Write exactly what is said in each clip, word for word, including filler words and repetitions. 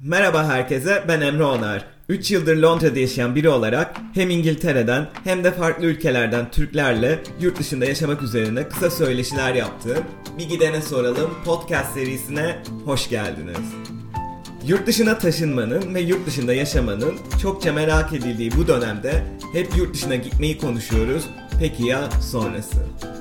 Merhaba herkese, ben Emre Onar. üç yıldır Londra'da yaşayan biri olarak hem İngiltere'den hem de farklı ülkelerden Türklerle yurt dışında yaşamak üzerine kısa söyleşiler yaptığım Bir Gidene Soralım podcast serisine hoş geldiniz. Yurt dışına taşınmanın ve yurt dışında yaşamanın çokça merak edildiği bu dönemde hep yurt dışına gitmeyi konuşuyoruz. Peki ya sonrası?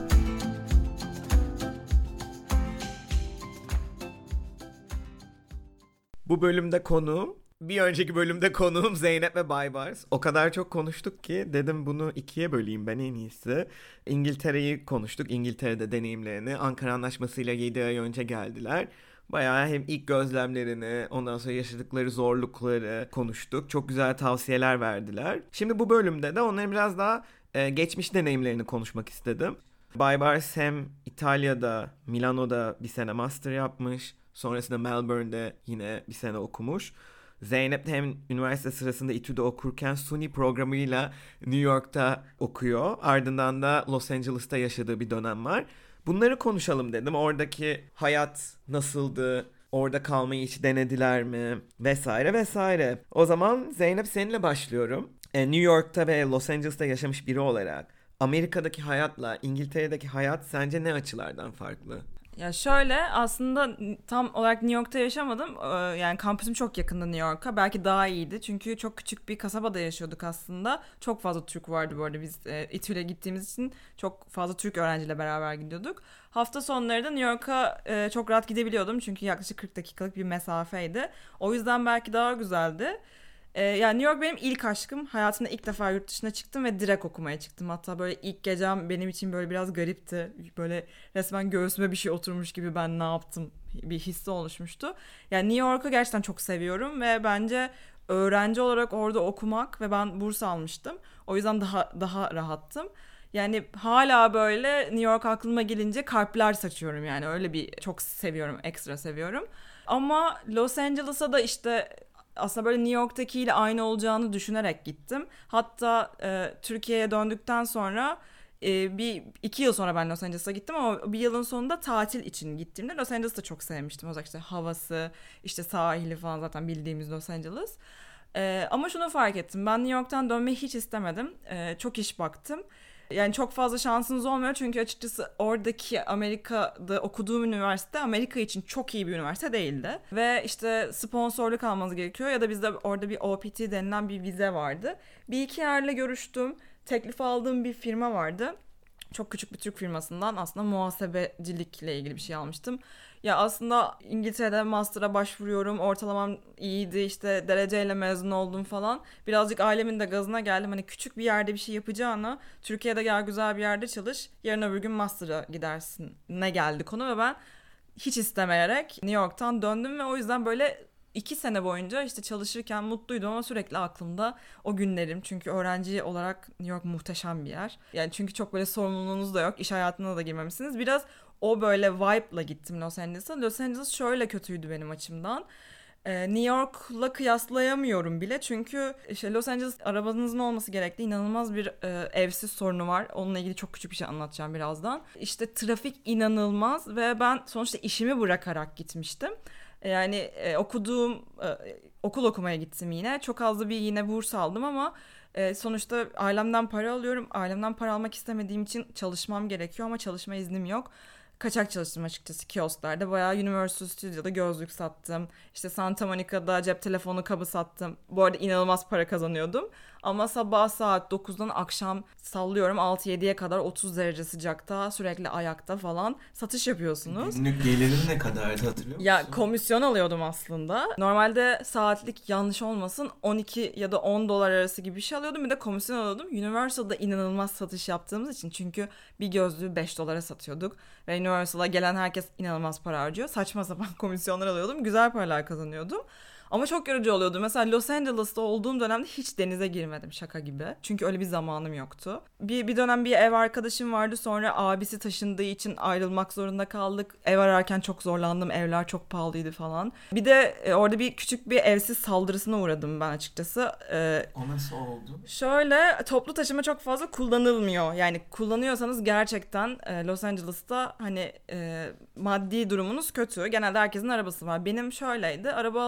Bu bölümde konuğum, bir önceki bölümde konuğum Zeynep ve Baybars. O kadar çok konuştuk ki dedim bunu ikiye böleyim ben en iyisi. İngiltere'yi konuştuk, İngiltere'de deneyimlerini. Ankara Anlaşması'yla yedi ay önce geldiler. Bayağı hem ilk gözlemlerini, ondan sonra yaşadıkları zorlukları konuştuk. Çok güzel tavsiyeler verdiler. Şimdi bu bölümde de onların biraz daha e, geçmiş deneyimlerini konuşmak istedim. Baybars hem İtalya'da, Milano'da bir sene master yapmış. Sonrasında Melbourne'de yine bir sene okumuş. Zeynep de hem üniversite sırasında İTÜ'de okurken SUNY programıyla New York'ta okuyor. Ardından da Los Angeles'ta yaşadığı bir dönem var. Bunları konuşalım dedim. Oradaki hayat nasıldı? Orada kalmayı hiç denediler mi? Vesaire vesaire. O zaman Zeynep seninle başlıyorum. New York'ta ve Los Angeles'ta yaşamış biri olarak Amerika'daki hayatla İngiltere'deki hayat sence ne açılardan farklı? Ya şöyle, aslında tam olarak New York'ta yaşamadım. Yani kampüsüm çok yakında New York'a. Belki daha iyiydi. Çünkü çok küçük bir kasabada yaşıyorduk aslında. Çok fazla Türk vardı bu arada. Biz e, İTÜ'yle gittiğimiz için çok fazla Türk öğrenciyle beraber gidiyorduk. Hafta sonları da New York'a e, çok rahat gidebiliyordum. Çünkü yaklaşık kırk dakikalık bir mesafeydi. O yüzden belki daha güzeldi. Ee, yani New York benim ilk aşkım. Hayatımda ilk defa yurt dışına çıktım ve direkt okumaya çıktım. Hatta böyle ilk gecem benim için böyle biraz garipti. Böyle resmen göğsüme bir şey oturmuş gibi ben ne yaptım bir hissi oluşmuştu. Yani New York'u gerçekten çok seviyorum ve bence öğrenci olarak orada okumak ve ben burs almıştım. O yüzden daha daha rahattım. Yani hala böyle New York aklıma gelince kalpler saçıyorum, yani öyle bir çok seviyorum, ekstra seviyorum. Ama Los Angeles'a da işte aslında böyle New York'takiyle aynı olacağını düşünerek gittim. Hatta e, Türkiye'ye döndükten sonra e, bir iki yıl sonra ben Los Angeles'a gittim ama bir yılın sonunda tatil için gittiğimde Los Angeles'ı da çok sevmiştim. Özellikle işte havası, işte sahili falan zaten bildiğimiz Los Angeles. E, ama şunu fark ettim. Ben New York'tan dönmeyi hiç istemedim. E, çok iş baktım. Yani çok fazla şansınız olmuyor çünkü açıkçası oradaki Amerika'da okuduğum üniversite Amerika için çok iyi bir üniversite değildi. Ve işte sponsorluk almanız gerekiyor ya da bizde orada bir O P T denilen bir vize vardı. Bir iki yerle görüştüm. Teklif aldığım bir firma vardı. Çok küçük bir Türk firmasından aslında muhasebecilikle ilgili bir şey almıştım. Ya aslında İngiltere'de master'a başvuruyorum. Ortalamam iyiydi, işte dereceyle mezun oldum falan. Birazcık ailemin de gazına geldim. Hani küçük bir yerde bir şey yapacağına Türkiye'de gel güzel bir yerde çalış. Yarın öbür gün master'a gidersin. Ne geldi konu ve ben hiç istemeyerek New York'tan döndüm ve o yüzden böyle iki sene boyunca işte çalışırken mutluydum ama sürekli aklımda o günlerim. Çünkü öğrenci olarak New York muhteşem bir yer. Yani çünkü çok böyle sorumluluğunuz da yok. İş hayatına da girmemişsiniz. Biraz o böyle vibe'la gittim Los Angeles'a. Los Angeles şöyle kötüydü benim açımdan. Ee, New York'la kıyaslayamıyorum bile. Çünkü işte Los Angeles arabanızın olması gerekli. İnanılmaz bir e, evsiz sorunu var. Onunla ilgili çok küçük bir şey anlatacağım birazdan. İşte trafik inanılmaz ve ben sonuçta işimi bırakarak gitmiştim. Yani e, okuduğum e, okul okumaya gittim yine. Çok az da bir yine burs aldım ama e, sonuçta ailemden para alıyorum. Ailemden para almak istemediğim için çalışmam gerekiyor ama çalışma iznim yok. Kaçak çalıştım açıkçası kiosklarda. Bayağı Universal Studio'da gözlük sattım. İşte Santa Monica'da cep telefonu kabı sattım. Bu arada inanılmaz para kazanıyordum. Ama sabah saat dokuzdan akşam sallıyorum altı yediye kadar otuz derece sıcakta sürekli ayakta falan satış yapıyorsunuz. Günlük gelirin ne kadardı hatırlıyor musun? Ya komisyon alıyordum aslında. Normalde saatlik yanlış olmasın on iki ya da on dolar arası gibi bir şey alıyordum. Bir de komisyon alıyordum. Universal'da inanılmaz satış yaptığımız için çünkü bir gözlüğü beş dolara satıyorduk. Ve Universal'a gelen herkes inanılmaz para harcıyor. Saçma sapan komisyonlar alıyordum. Güzel paralar kazanıyordum. Ama çok yorucu oluyordu. Mesela Los Angeles'ta olduğum dönemde hiç denize girmedim, şaka gibi. Çünkü öyle bir zamanım yoktu. Bir, bir dönem bir ev arkadaşım vardı. Sonra abisi taşındığı için ayrılmak zorunda kaldık. Ev ararken çok zorlandım. Evler çok pahalıydı falan. Bir de e, orada bir küçük bir evsiz saldırısına uğradım ben açıkçası. Ee, o nasıl oldu? Şöyle, toplu taşıma çok fazla kullanılmıyor. Yani kullanıyorsanız gerçekten e, Los Angeles'ta hani e, maddi durumunuz kötü. Genelde herkesin arabası var. Benim şöyleydi. Araba alabilirdim ama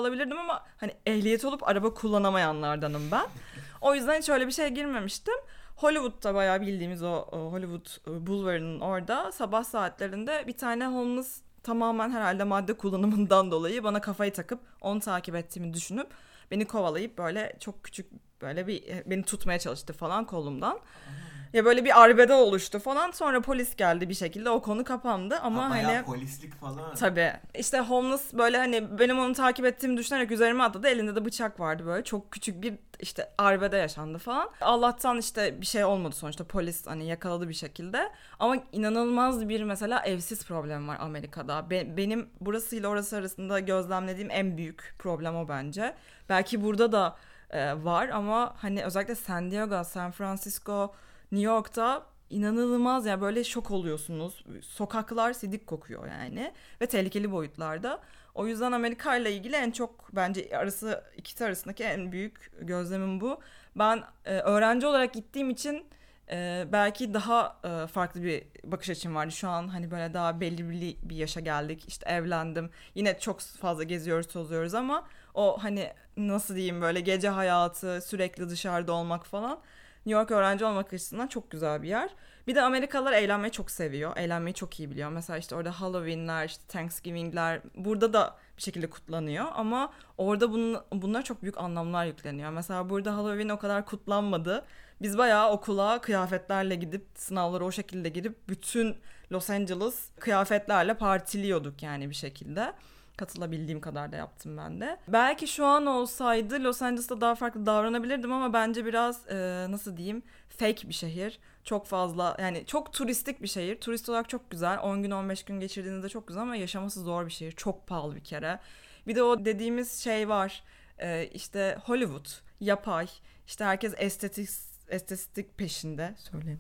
ama hani ehliyet olup araba kullanamayanlardanım ben. O yüzden hiç öyle bir şeye girmemiştim. Hollywood'da bayağı bildiğimiz o, o Hollywood Boulevard'ın orada sabah saatlerinde bir tane homeless, tamamen herhalde madde kullanımından dolayı bana kafayı takıp onu takip ettiğimi düşünüp beni kovalayıp böyle çok küçük böyle bir beni tutmaya çalıştı falan kolumdan. Ya böyle bir arbede oluştu falan. Sonra polis geldi bir şekilde. O konu kapandı ama ha, bayağı hani polislik falan. Tabii. İşte homeless böyle hani benim onu takip ettiğimi düşünerek üzerime atladı. Elinde de bıçak vardı böyle. Çok küçük bir işte arbede yaşandı falan. Allah'tan işte bir şey olmadı sonuçta. Polis hani yakaladı bir şekilde. Ama inanılmaz bir mesela evsiz problem var Amerika'da. Be- benim burasıyla orası arasında gözlemlediğim en büyük problem o bence. Belki burada da e, var ama hani özellikle San Diego, San Francisco, New York'ta inanılmaz yani böyle şok oluyorsunuz. Sokaklar sidik kokuyor yani ve tehlikeli boyutlarda. O yüzden Amerika ile ilgili en çok bence arası ikisi arasındaki en büyük gözlemim bu. Ben e, öğrenci olarak gittiğim için e, belki daha e, farklı bir bakış açım vardı. Şu an hani böyle daha belirli bir yaşa geldik. İşte evlendim. Yine çok fazla geziyoruz, tozuyoruz ama o hani nasıl diyeyim böyle gece hayatı, sürekli dışarıda olmak falan. New York öğrenci olmak açısından çok güzel bir yer. Bir de Amerikalılar eğlenmeyi çok seviyor. Eğlenmeyi çok iyi biliyor. Mesela işte orada Halloween'ler, işte Thanksgiving'ler burada da bir şekilde kutlanıyor. Ama orada bunun, bunlara çok büyük anlamlar yükleniyor. Mesela burada Halloween o kadar kutlanmadı. Biz bayağı okula kıyafetlerle gidip, sınavlara o şekilde girip bütün Los Angeles kıyafetlerle partiliyorduk yani bir şekilde. Katılabildiğim kadar da yaptım ben de. Belki şu an olsaydı Los Angeles'ta daha farklı davranabilirdim ama bence biraz e, nasıl diyeyim fake bir şehir. Çok fazla yani çok turistik bir şehir. Turist olarak çok güzel. on gün on beş gün geçirdiğinizde çok güzel ama yaşaması zor bir şehir. Çok pahalı bir kere. Bir de o dediğimiz şey var. E, işte Hollywood, yapay. İşte herkes estetik estetik peşinde. Söyleyeyim.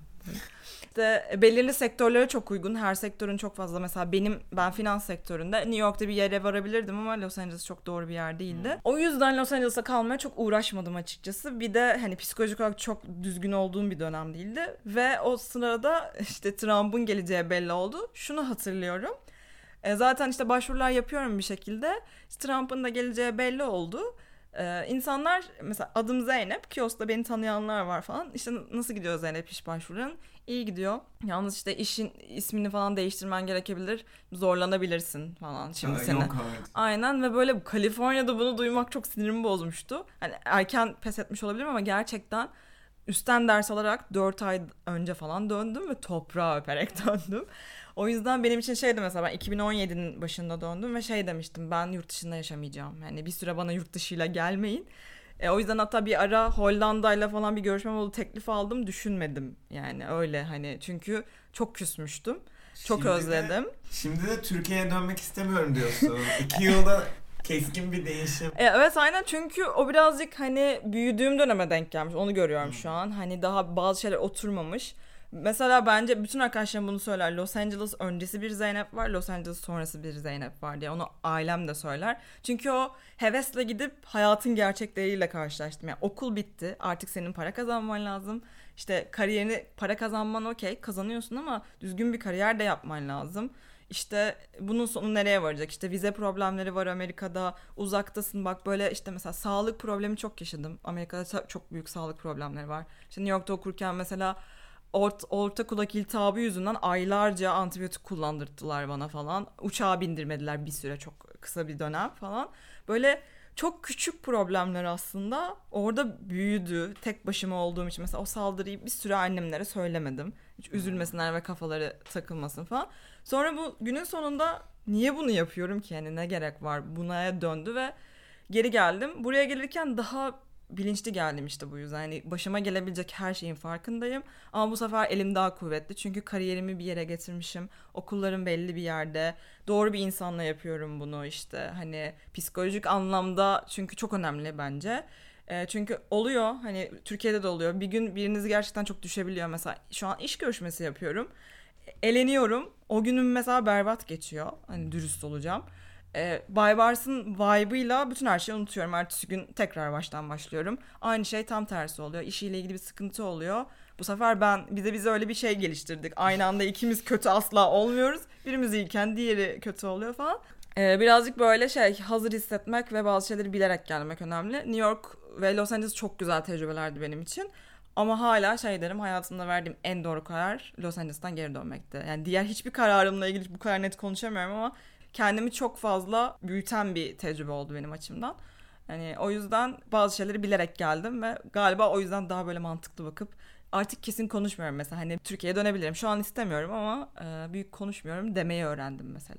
İşte belirli sektörlere çok uygun. Her sektörün çok fazla mesela benim ben finans sektöründe New York'ta bir yere varabilirdim ama Los Angeles çok doğru bir yer değildi. Hmm. O yüzden Los Angeles'a kalmaya çok uğraşmadım açıkçası. Bir de hani psikolojik olarak çok düzgün olduğum bir dönem değildi ve o sırada işte Trump'ın geleceği belli oldu. Şunu hatırlıyorum. E, zaten işte başvurular yapıyorum bir şekilde. İşte Trump'ın da geleceği belli oldu. Ee, insanlar mesela adım Zeynep, kioskta beni tanıyanlar var falan. İşte nasıl gidiyor Zeynep iş başvurun? İyi gidiyor. Yalnız işte işin ismini falan değiştirmen gerekebilir. Zorlanabilirsin falan şimdi seni. Aynen ve böyle Kaliforniya'da bunu duymak çok sinirimi bozmuştu. Hani erken pes etmiş olabilirim ama gerçekten üstten ders alarak dört ay önce falan döndüm ve toprağı öperek döndüm. O yüzden benim için şeydi mesela ben iki bin on yedinin başında döndüm ve şey demiştim ben yurt dışında yaşamayacağım. Yani bir süre bana yurt dışıyla gelmeyin. E, o yüzden hatta bir ara Hollanda'yla falan bir görüşmem oldu, teklif aldım, düşünmedim yani öyle hani çünkü çok küsmüştüm. Çok şimdi özledim. De, şimdi de Türkiye'ye dönmek istemiyorum diyorsun. İki yılda keskin bir değişim. E, evet aynen çünkü o birazcık hani büyüdüğüm döneme denk gelmiş. Onu görüyorum hmm. şu an. Hani daha bazı şeyler oturmamış. Mesela bence bütün arkadaşlarım bunu söyler. Los Angeles öncesi bir Zeynep var, Los Angeles sonrası bir Zeynep var diye. Onu ailem de söyler. Çünkü o hevesle gidip hayatın gerçekleriyle karşılaştım. Yani okul bitti. Artık senin para kazanman lazım. İşte kariyerini, para kazanman okey, kazanıyorsun ama düzgün bir kariyer de yapman lazım. İşte bunun sonu nereye varacak? İşte vize problemleri var Amerika'da. Uzaktasın bak böyle işte mesela sağlık problemi çok yaşadım. Amerika'da çok büyük sağlık problemleri var. İşte New York'ta okurken mesela Orta, orta kulak iltihabı yüzünden aylarca antibiyotik kullandırdılar bana falan. Uçağa bindirmediler bir süre, çok kısa bir dönem falan. Böyle çok küçük problemler aslında orada büyüdü. Tek başıma olduğum için mesela o saldırıyı bir süre annemlere söylemedim. Hiç üzülmesinler ve kafaları takılmasın falan. Sonra bu günün sonunda niye bunu yapıyorum ki, yani ne gerek var buna döndü ve geri geldim. Buraya gelirken daha bilinçli geldim işte bu yüzden. Yani başıma gelebilecek her şeyin farkındayım. Ama bu sefer elim daha kuvvetli. Çünkü kariyerimi bir yere getirmişim. Okullarım belli bir yerde. Doğru bir insanla yapıyorum bunu işte. Hani psikolojik anlamda çünkü çok önemli bence. E, çünkü oluyor hani Türkiye'de de oluyor. Bir gün biriniz gerçekten çok düşebiliyor. Mesela şu an iş görüşmesi yapıyorum. Eleniyorum. O günüm mesela berbat geçiyor. Hani dürüst olacağım. E, Baybars'ın vibe'ıyla bütün her şeyi unutuyorum. Ertesi gün tekrar baştan başlıyorum. Aynı şey tam tersi oluyor. İşiyle ilgili bir sıkıntı oluyor. Bu sefer ben bize bize öyle bir şey geliştirdik. Aynı anda ikimiz kötü asla olmuyoruz. Birimiz iyiyken diğeri kötü oluyor falan. Ee, birazcık böyle şey, hazır hissetmek ve bazı şeyleri bilerek gelmek önemli. New York ve Los Angeles çok güzel tecrübelerdi benim için. Ama hala şey derim, hayatımda verdiğim en doğru karar Los Angeles'tan geri dönmekti. Yani diğer hiçbir kararımla ilgili bu kadar net konuşamıyorum ama kendimi çok fazla büyüten bir tecrübe oldu benim açımdan. Yani o yüzden bazı şeyleri bilerek geldim ve galiba o yüzden daha böyle mantıklı bakıp artık kesin konuşmuyorum mesela. Hani Türkiye'ye dönebilirim. Şu an istemiyorum ama e, büyük konuşmuyorum demeyi öğrendim mesela.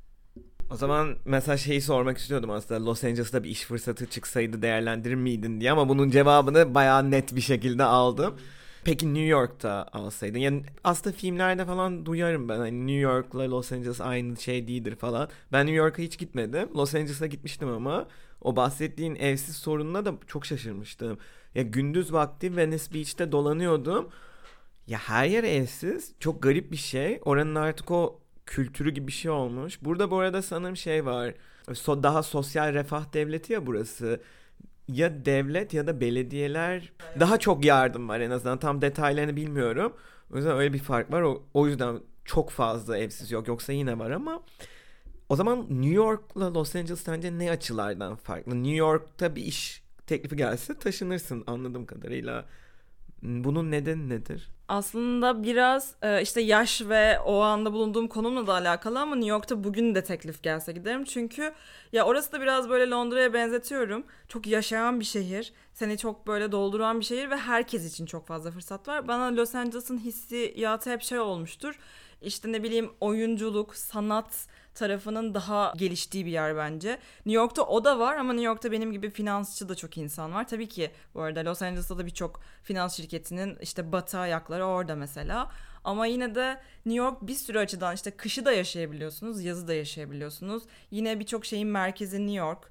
O zaman mesela şeyi sormak istiyordum aslında, Los Angeles'ta bir iş fırsatı çıksaydı değerlendirir miydin diye, ama bunun cevabını bayağı net bir şekilde aldım. Peki New York'ta alsaydın? Yani aslında filmlerde falan duyarım ben, hani New York'la Los Angeles aynı şey değildir falan. Ben New York'a hiç gitmedim. Los Angeles'a gitmiştim ama o bahsettiğin evsiz sorununa da çok şaşırmıştım. Ya gündüz vakti Venice Beach'te dolanıyordum. Ya her yer evsiz. Çok garip bir şey. Oranın artık o kültürü gibi bir şey olmuş. Burada bu arada sanırım şey var. So, daha sosyal refah devleti ya burası. Ya devlet ya da belediyeler daha çok yardım var en azından. Tam detaylarını bilmiyorum. O yüzden öyle bir fark var. O, o yüzden çok fazla evsiz yok. Yoksa yine var ama o zaman New York'la Los Angeles sence ne açılardan farklı? New York'ta bir iş teklifi gelse taşınırsın anladığım kadarıyla. Bunun nedeni nedir? Aslında biraz e, işte yaş ve o anda bulunduğum konumla da alakalı ama New York'ta bugün de teklif gelse giderim. Çünkü ya orası da biraz böyle Londra'ya benzetiyorum. Çok yaşayan bir şehir. Seni çok böyle dolduran bir şehir ve herkes için çok fazla fırsat var. Bana Los Angeles'ın hissiyatı hep şey olmuştur. İşte ne bileyim, oyunculuk, sanat tarafının daha geliştiği bir yer bence. New York'ta o da var ama New York'ta benim gibi finansçı da çok insan var. Tabii ki bu arada Los Angeles'ta da birçok finans şirketinin işte batı ayakları orada mesela. Ama yine de New York bir sürü açıdan, işte kışı da yaşayabiliyorsunuz, yazı da yaşayabiliyorsunuz. Yine birçok şeyin merkezi New York.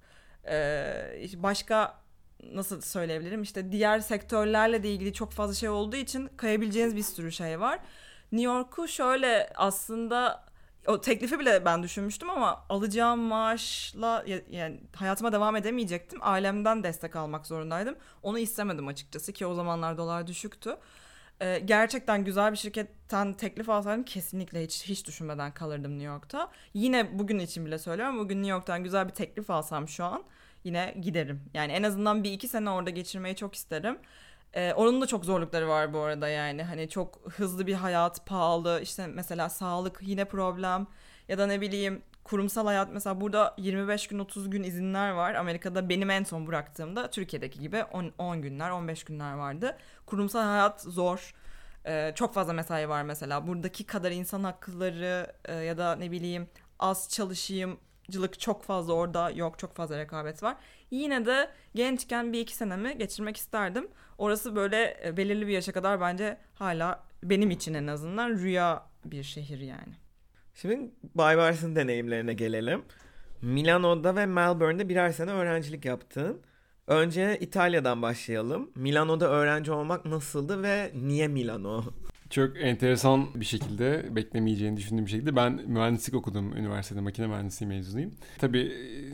Ee, başka nasıl söyleyebilirim, işte diğer sektörlerle de ilgili çok fazla şey olduğu için kayabileceğiniz bir sürü şey var. New York'u şöyle aslında, o teklifi bile ben düşünmüştüm ama alacağım maaşla yani hayatıma devam edemeyecektim. Ailemden destek almak zorundaydım. Onu istemedim açıkçası ki o zamanlar dolar düşüktü. Ee, gerçekten güzel bir şirketten teklif alsaydım kesinlikle hiç hiç düşünmeden kalırdım New York'ta. Yine bugün için bile söylüyorum. Bugün New York'tan güzel bir teklif alsam şu an yine giderim. Yani en azından bir iki sene orada geçirmeyi çok isterim. Ee, onun da çok zorlukları var bu arada, yani hani çok hızlı bir hayat, pahalı, işte mesela sağlık yine problem ya da ne bileyim kurumsal hayat. Mesela burada yirmi beş gün otuz gün izinler var. Amerika'da benim en son bıraktığımda Türkiye'deki gibi on, on günler on beş günler vardı. Kurumsal hayat zor. Ee, çok fazla mesai var mesela. Buradaki kadar insan hakları e, ya da ne bileyim az çalışayımcılık çok fazla orada yok. Çok fazla rekabet var. Yine de gençken bir iki senemi geçirmek isterdim. Orası böyle e, belirli bir yaşa kadar bence hala benim için en azından rüya bir şehir yani. Şimdi Baybars'ın deneyimlerine gelelim. Milano'da ve Melbourne'de birer sene öğrencilik yaptın. Önce İtalya'dan başlayalım. Milano'da öğrenci olmak nasıldı ve niye Milano? Çok enteresan bir şekilde, beklemeyeceğini düşündüğüm bir şekilde ben mühendislik okudum üniversitede, makine mühendisliği mezunuyum. Tabii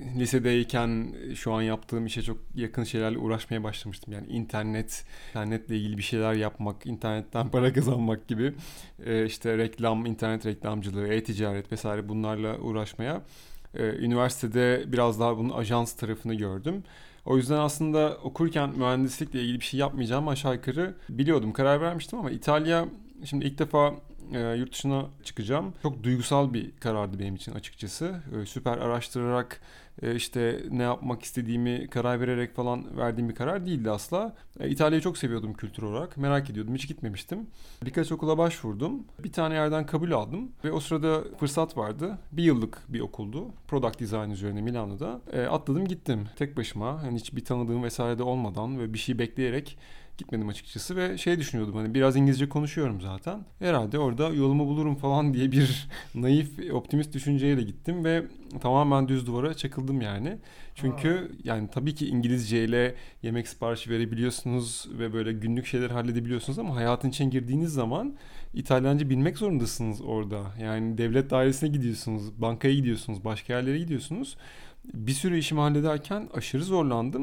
lisedeyken şu an yaptığım işe çok yakın şeylerle uğraşmaya başlamıştım. Yani internet, internetle ilgili bir şeyler yapmak, internetten para kazanmak gibi, işte reklam, internet reklamcılığı, e-ticaret vesaire bunlarla uğraşmaya. Üniversitede biraz daha bunun ajans tarafını gördüm. O yüzden aslında okurken mühendislikle ilgili bir şey yapmayacağımı aşağı yukarı biliyordum. Karar vermiştim ama İtalya, şimdi ilk defa e, yurt dışına çıkacağım. Çok duygusal bir karardı benim için açıkçası. E, süper araştırarak e, işte ne yapmak istediğimi karar vererek falan verdiğim bir karar değildi asla. E, İtalya'yı çok seviyordum kültür olarak. Merak ediyordum. Hiç gitmemiştim. Birkaç okula başvurdum. Bir tane yerden kabul aldım. Ve o sırada fırsat vardı. Bir yıllık bir okuldu. Product Design üzerine Milano'da. E, atladım gittim. Tek başıma. Yani hiçbir tanıdığım vesaire de olmadan ve bir şey bekleyerek gitmedim açıkçası ve şey düşünüyordum, hani biraz İngilizce konuşuyorum zaten. Herhalde orada yolumu bulurum falan diye bir naif, optimist düşünceyle gittim ve tamamen düz duvara çakıldım yani. Çünkü Aa. yani tabii ki İngilizceyle yemek siparişi verebiliyorsunuz ve böyle günlük şeyler halledebiliyorsunuz ama hayatın içine girdiğiniz zaman İtalyanca bilmek zorundasınız orada. Yani devlet dairesine gidiyorsunuz, bankaya gidiyorsunuz, başka yerlere gidiyorsunuz. Bir sürü işimi hallederken aşırı zorlandım.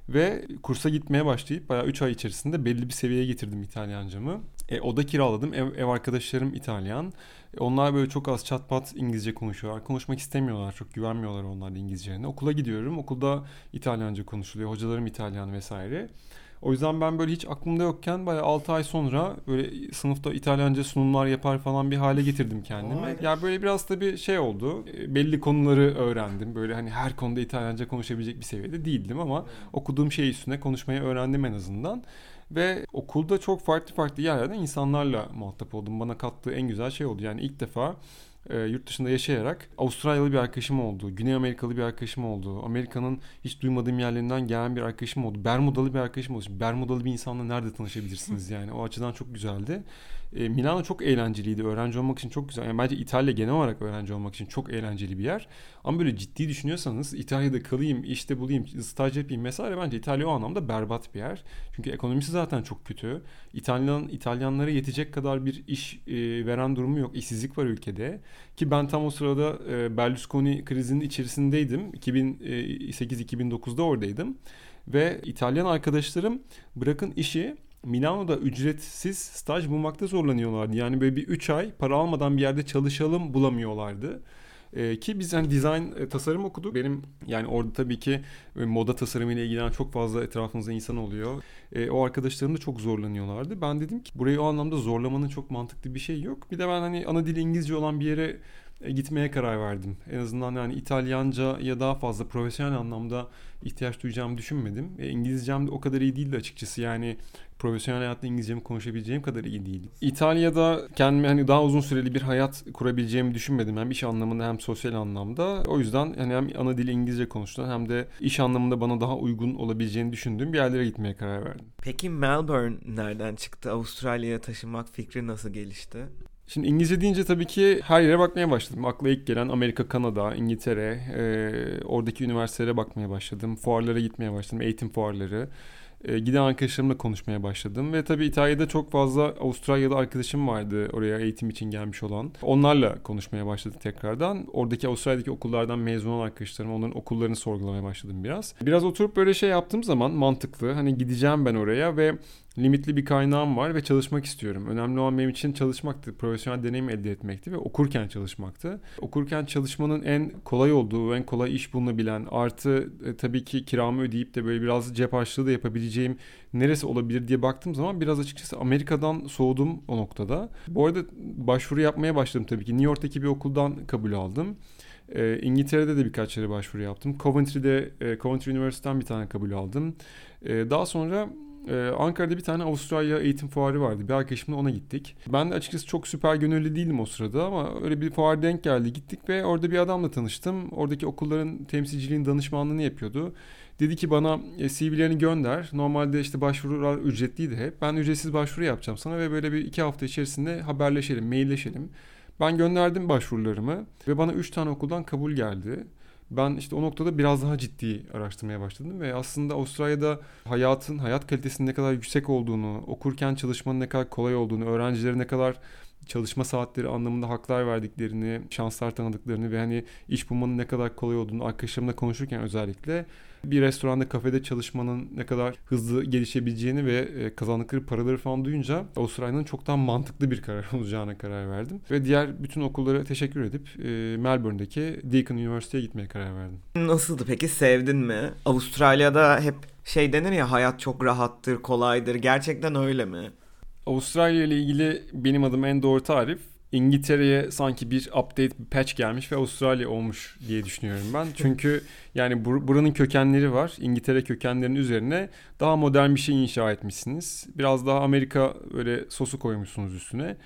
Ve kursa gitmeye başlayıp bayağı üç ay içerisinde belli bir seviyeye getirdim İtalyancamı. E, oda kiraladım. Ev, ev arkadaşlarım İtalyan. E, onlar böyle çok az çat pat İngilizce konuşuyorlar. Konuşmak istemiyorlar. Çok güvenmiyorlar onlar da İngilizcelerine. Okula gidiyorum. Okulda İtalyanca konuşuluyor. Hocalarım İtalyan vesaire. O yüzden ben böyle hiç aklımda yokken bayağı altı ay sonra böyle sınıfta İtalyanca sunumlar yapar falan bir hale getirdim kendimi. Ya yani böyle biraz da bir şey oldu. E, belli konuları öğrendim. Böyle hani her konuda İtalyanca konuşabilecek bir seviyede değildim ama okuduğum şey üstüne konuşmayı öğrendim en azından. Ve okulda çok farklı farklı yerlerden insanlarla muhatap oldum. Bana kattığı en güzel şey oldu. Yani ilk defa e, yurt dışında yaşayarak Avustralyalı bir arkadaşım oldu. Güney Amerikalı bir arkadaşım oldu. Amerika'nın hiç duymadığım yerlerinden gelen bir arkadaşım oldu. Bermudalı bir arkadaşım oldu. Şimdi Bermudalı bir insanla nerede tanışabilirsiniz yani? O açıdan çok güzeldi. E, Milano çok eğlenceliydi. Öğrenci olmak için çok güzel. Yani bence İtalya genel olarak öğrenci olmak için çok eğlenceli bir yer. Ama böyle ciddi düşünüyorsanız İtalya'da kalayım, işte bulayım, staj yapayım vesaire, bence İtalya o anlamda berbat bir yer. Çünkü ekonomisi zaten çok kötü. İtalyan İtalyanlara yetecek kadar bir iş e, veren durumu yok. İşsizlik var ülkede. Ki ben tam o sırada e, Berlusconi krizinin içerisindeydim. iki bin sekiz iki bin dokuzda oradaydım. Ve İtalyan arkadaşlarım bırakın işi, Milano'da ücretsiz staj bulmakta zorlanıyorlardı. Yani böyle bir üç ay para almadan bir yerde çalışalım bulamıyorlardı. Ee, ki biz hani dizayn, e, tasarım okuduk. Benim yani orada tabii ki e, moda tasarımıyla ilgilenen çok fazla etrafımızda insan oluyor. E, o arkadaşlarım da çok zorlanıyorlardı. Ben dedim ki burayı o anlamda zorlamanın çok mantıklı bir şey yok. Bir de ben hani ana dili İngilizce olan bir yere e, gitmeye karar verdim. En azından yani İtalyanca'ya daha fazla profesyonel anlamda ihtiyaç duyacağımı düşünmedim. E, İngilizcem de o kadar iyi değildi açıkçası. Yani profesyonel hayatta İngilizcemi konuşabileceğim kadar iyi değil. İtalya'da kendime hani daha uzun süreli bir hayat kurabileceğimi düşünmedim. Hem iş anlamında hem sosyal anlamda. O yüzden hani hem ana dili İngilizce konuştuğum hem de iş anlamında bana daha uygun olabileceğini düşündüğüm bir yerlere gitmeye karar verdim. Peki Melbourne nereden çıktı? Avustralya'ya taşınmak fikri nasıl gelişti? Şimdi İngilizce deyince tabii ki her yere bakmaya başladım. Akla ilk gelen Amerika, Kanada, İngiltere, e, oradaki üniversitelere bakmaya başladım. Fuarlara gitmeye başladım, eğitim fuarları. E, giden arkadaşlarımla konuşmaya başladım. Ve tabii İtalya'da çok fazla Avustralyalı arkadaşım vardı oraya eğitim için gelmiş olan. Onlarla konuşmaya başladık tekrardan. Oradaki Avustralya'daki okullardan mezun olan arkadaşlarım, onların okullarını sorgulamaya başladım biraz. Biraz oturup böyle şey yaptığım zaman mantıklı. Hani gideceğim ben oraya ve limitli bir kaynağım var ve çalışmak istiyorum. Önemli olan benim için çalışmaktı. Profesyonel deneyim elde etmekti ve okurken çalışmaktı. Okurken çalışmanın en kolay olduğu, en kolay iş bulunabilen, artı e, tabii ki kiramı ödeyip de böyle biraz cep harçlığı da yapabileceğim neresi olabilir diye baktığım zaman biraz açıkçası Amerika'dan soğudum o noktada. Bu arada başvuru yapmaya başladım tabii ki. New York'taki bir okuldan kabul aldım. E, İngiltere'de de birkaç yere başvuru yaptım. Coventry'de, e, Coventry Üniversitesi'nden bir tane kabul aldım. E, daha sonra Ee, Ankara'da bir tane Avustralya eğitim fuarı vardı. Bir arkadaşımla ona gittik. Ben de açıkçası çok süper gönüllü değildim o sırada ama öyle bir fuar denk geldi. Gittik ve orada bir adamla tanıştım. Oradaki okulların temsilciliğin danışmanlığını yapıyordu. Dedi ki bana C V'lerini gönder. Normalde işte başvurular ücretliydi hep. Ben ücretsiz başvuru yapacağım sana ve böyle bir iki hafta içerisinde haberleşelim, mailleşelim. Ben gönderdim başvurularımı ve bana üç tane okuldan kabul geldi. Ben işte o noktada biraz daha ciddi araştırmaya başladım ve aslında Avustralya'da hayatın, hayat kalitesinin ne kadar yüksek olduğunu, okurken çalışmanın ne kadar kolay olduğunu, öğrencilere ne kadar çalışma saatleri anlamında haklar verdiklerini, şanslar tanıdıklarını ve hani iş bulmanın ne kadar kolay olduğunu arkadaşlarımla konuşurken özellikle bir restoranda, kafede çalışmanın ne kadar hızlı gelişebileceğini ve kazandıkları paraları falan duyunca Avustralya'nın çok daha mantıklı bir karar olacağına karar verdim. Ve diğer bütün okullara teşekkür edip Melbourne'deki Deakin Üniversitesi'ye gitmeye karar verdim. Nasıldı peki? Sevdin mi? Avustralya'da hep şey denir ya, hayat çok rahattır, kolaydır. Gerçekten öyle mi? Avustralya ile ilgili benim adım en doğru tarif İngiltere'ye sanki bir update, bir patch gelmiş ve Avustralya olmuş diye düşünüyorum ben. Çünkü yani bur- buranın kökenleri var. İngiltere kökenlerinin üzerine daha modern bir şey inşa etmişsiniz. Biraz daha Amerika öyle sosu koymuşsunuz üstüne.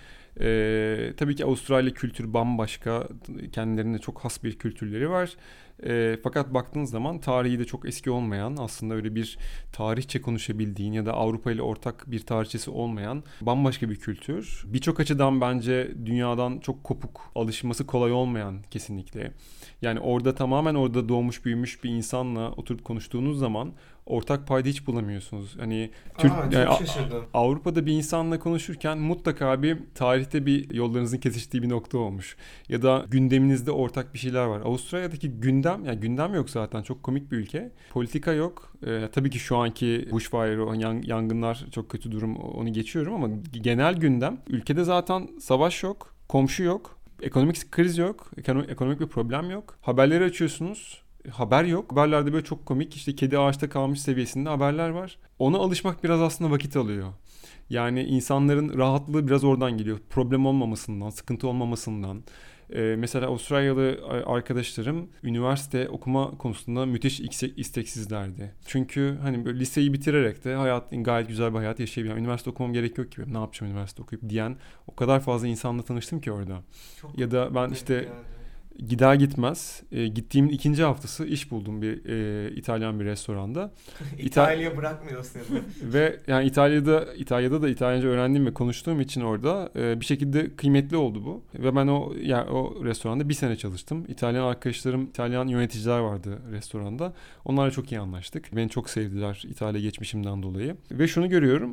Ee, tabii ki Avustralya kültürü bambaşka. Kendilerine çok has bir kültürleri var. E, fakat baktığınız zaman tarihi de çok eski olmayan, aslında öyle bir tarihçe konuşabildiğin ya da Avrupa ile ortak bir tarihçesi olmayan bambaşka bir kültür. Birçok açıdan bence dünyadan çok kopuk, alışması kolay olmayan kesinlikle. Yani orada tamamen orada doğmuş büyümüş bir insanla oturup konuştuğunuz zaman ortak payda hiç bulamıyorsunuz. Hani Türk, Aa, çok yani, şaşırdım. Avrupa'da bir insanla konuşurken mutlaka bir tarihte bir yollarınızın kesiştiği bir nokta olmuş. Ya da gündeminizde ortak bir şeyler var. Avustralya'daki gündem, yani gündem yok zaten, çok komik bir ülke. Politika yok. Ee, tabii ki şu anki bushfire, o yangınlar çok kötü durum, onu geçiyorum ama genel gündem. Ülkede zaten savaş yok, komşu yok, ekonomik kriz yok, ekonomik bir problem yok. Haberleri açıyorsunuz, haber yok. Haberlerde böyle çok komik, işte kedi ağaçta kalmış seviyesinde haberler var. Ona alışmak biraz aslında vakit alıyor. Yani insanların rahatlığı biraz oradan geliyor. Problem olmamasından, sıkıntı olmamasından. Ee, mesela Avustralyalı arkadaşlarım üniversite okuma konusunda müthiş isteksizlerdi. Çünkü hani böyle liseyi bitirerek de hayat, gayet güzel bir hayat yaşayabilen, üniversite okumam gerek yok gibi, ne yapacağım üniversite okuyup diyen o kadar fazla insanla tanıştım ki orada. Çok ya da ben işte yani. Gider gitmez e, gittiğimin ikinci haftası iş buldum bir e, İtalyan bir restoranda. İtalya bırakmıyor seni. Ve yani İtalya'da İtalya'da da İtalyanca öğrendiğim ve konuştuğum için orada e, bir şekilde kıymetli oldu bu. Ve ben o yani o restoranda bir sene çalıştım. İtalyan arkadaşlarım, İtalyan yöneticiler vardı restoranda. Onlarla çok iyi anlaştık. Beni çok sevdiler İtalya geçmişimden dolayı. Ve şunu görüyorum.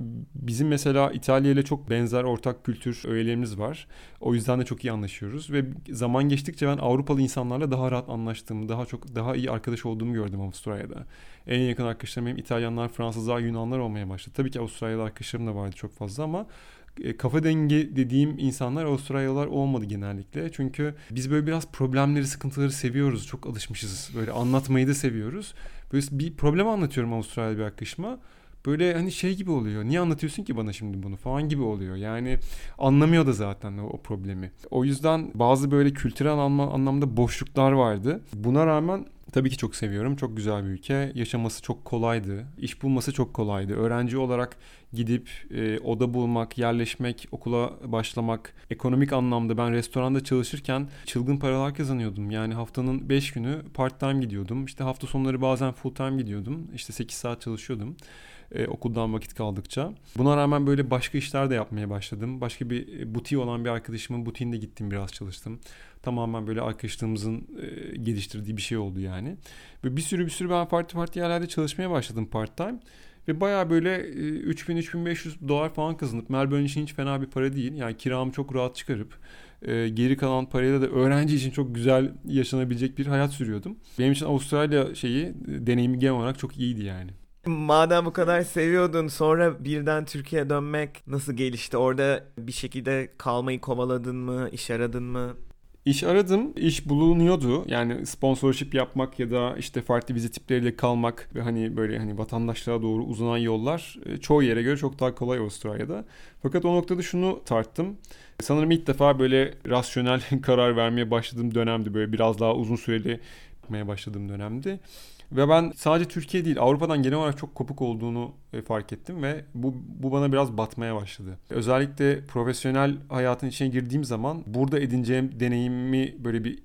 Bizim mesela İtalya ile çok benzer ortak kültür öğelerimiz var. O yüzden de çok iyi anlaşıyoruz ve zaman geçtikçe ben Avrupalı insanlarla daha rahat anlaştığımı, daha çok daha iyi arkadaş olduğumu gördüm Avustralya'da. En yakın arkadaşlarım benim İtalyanlar, Fransızlar, Yunanlar olmaya başladı. Tabii ki Avustralyalı arkadaşlarım da vardı çok fazla ama kafa dengi dediğim insanlar Avustralyalılar olmadı genellikle. Çünkü biz böyle biraz problemleri, sıkıntıları seviyoruz. Çok alışmışız. Böyle anlatmayı da seviyoruz. Böyle bir problem anlatıyorum Avustralyalı bir arkadaşıma. Böyle hani şey gibi oluyor. Niye anlatıyorsun ki bana şimdi bunu falan gibi oluyor. Yani anlamıyor da zaten o, o problemi. O yüzden bazı böyle kültürel anlam, anlamda boşluklar vardı. Buna rağmen tabii ki çok seviyorum. Çok güzel bir ülke. Yaşaması çok kolaydı. İş bulması çok kolaydı. Öğrenci olarak gidip e, oda bulmak, yerleşmek, okula başlamak. Ekonomik anlamda ben restoranda çalışırken çılgın paralar kazanıyordum. Yani haftanın beş günü part time gidiyordum. İşte hafta sonları bazen full time gidiyordum. İşte sekiz saat çalışıyordum. Ee, okuldan vakit kaldıkça. Buna rağmen böyle başka işler de yapmaya başladım. Başka bir e, butiği olan bir arkadaşımın butiğinde gittim, biraz çalıştım. Tamamen böyle arkadaşlığımızın e, geliştirdiği bir şey oldu yani. Böyle bir sürü bir sürü ben farklı farklı yerlerde çalışmaya başladım part time. Ve bayağı böyle e, üç bin üç bin beş yüz dolar falan kazanıp, Melbourne için hiç fena bir para değil. Yani kiramı çok rahat çıkarıp e, geri kalan parayla da öğrenci için çok güzel yaşanabilecek bir hayat sürüyordum. Benim için Avustralya şeyi, deneyimi genel olarak çok iyiydi yani. Madem bu kadar seviyordun, sonra birden Türkiye'ye dönmek nasıl gelişti? Orada bir şekilde kalmayı kovaladın mı? İş aradın mı? İş aradım. İş bulunuyordu. Yani sponsorship yapmak ya da işte farklı vize tipleriyle kalmak ve hani böyle hani vatandaşlığa doğru uzanan yollar çoğu yere göre çok daha kolay Avustralya'da. Fakat o noktada şunu tarttım. Sanırım ilk defa böyle rasyonel karar vermeye başladığım dönemdi. Böyle biraz daha uzun süreli yapmaya başladığım dönemdi. Ve ben sadece Türkiye değil, Avrupa'dan genel olarak çok kopuk olduğunu fark ettim ve bu, bu bana biraz batmaya başladı. Özellikle profesyonel hayatın içine girdiğim zaman burada edineceğim deneyimi böyle bir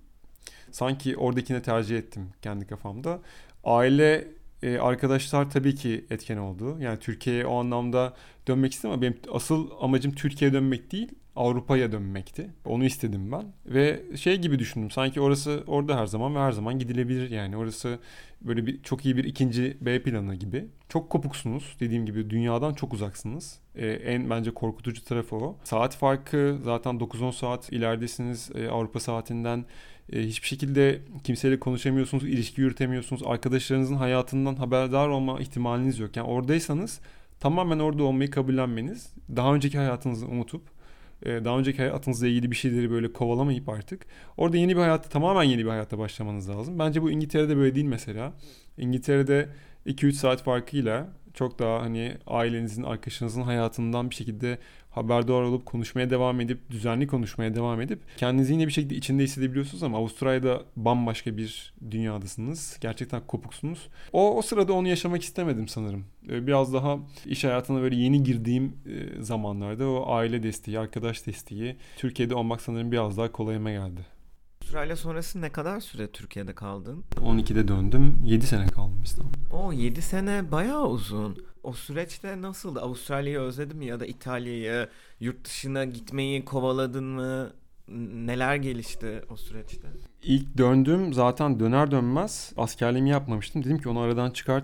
sanki oradakine tercih ettim kendi kafamda. Aile, arkadaşlar tabii ki etken oldu. Yani Türkiye'ye o anlamda dönmek istedim ama benim asıl amacım Türkiye'ye dönmek değil, Avrupa'ya dönmekti. Onu istedim ben. Ve şey gibi düşündüm. Sanki orası orada her zaman ve her zaman gidilebilir. Yani orası böyle bir çok iyi bir ikinci B planı gibi. Çok kopuksunuz. Dediğim gibi dünyadan çok uzaksınız. Ee, en bence korkutucu tarafı o. Saat farkı zaten dokuz on saat ileridesiniz e, Avrupa saatinden. E, hiçbir şekilde kimseyle konuşamıyorsunuz, ilişki yürütemiyorsunuz. Arkadaşlarınızın hayatından haberdar olma ihtimaliniz yok. Yani oradaysanız tamamen orada olmayı kabullenmeniz, daha önceki hayatınızı unutup daha önceki hayatınızla ilgili bir şeyleri böyle kovalamayıp artık orada yeni bir hayatta, tamamen yeni bir hayatta başlamanız lazım. Bence bu İngiltere'de böyle değil mesela. İngiltere'de iki üç saat farkıyla çok daha hani ailenizin, arkadaşınızın hayatından bir şekilde haberdar olup konuşmaya devam edip, düzenli konuşmaya devam edip kendinizi yine bir şekilde içinde hissedebiliyorsunuz ama Avustralya'da bambaşka bir dünyadasınız. Gerçekten kopuksunuz. O, o sırada onu yaşamak istemedim sanırım. Biraz daha iş hayatına böyle yeni girdiğim zamanlarda o aile desteği, arkadaş desteği, Türkiye'de olmak sanırım biraz daha kolayıma geldi. Avustralya sonrası ne kadar süre Türkiye'de kaldın? on ikide döndüm. yedi sene kaldım İstanbul'da. O yedi sene bayağı uzun. O süreçte nasıldı? Avustralya'yı özledin mi ya da İtalya'yı, yurt dışına gitmeyi kovaladın mı? Neler gelişti o süreçte? İlk döndüm zaten döner dönmez askerliğimi yapmamıştım. Dedim ki onu aradan çıkartayım.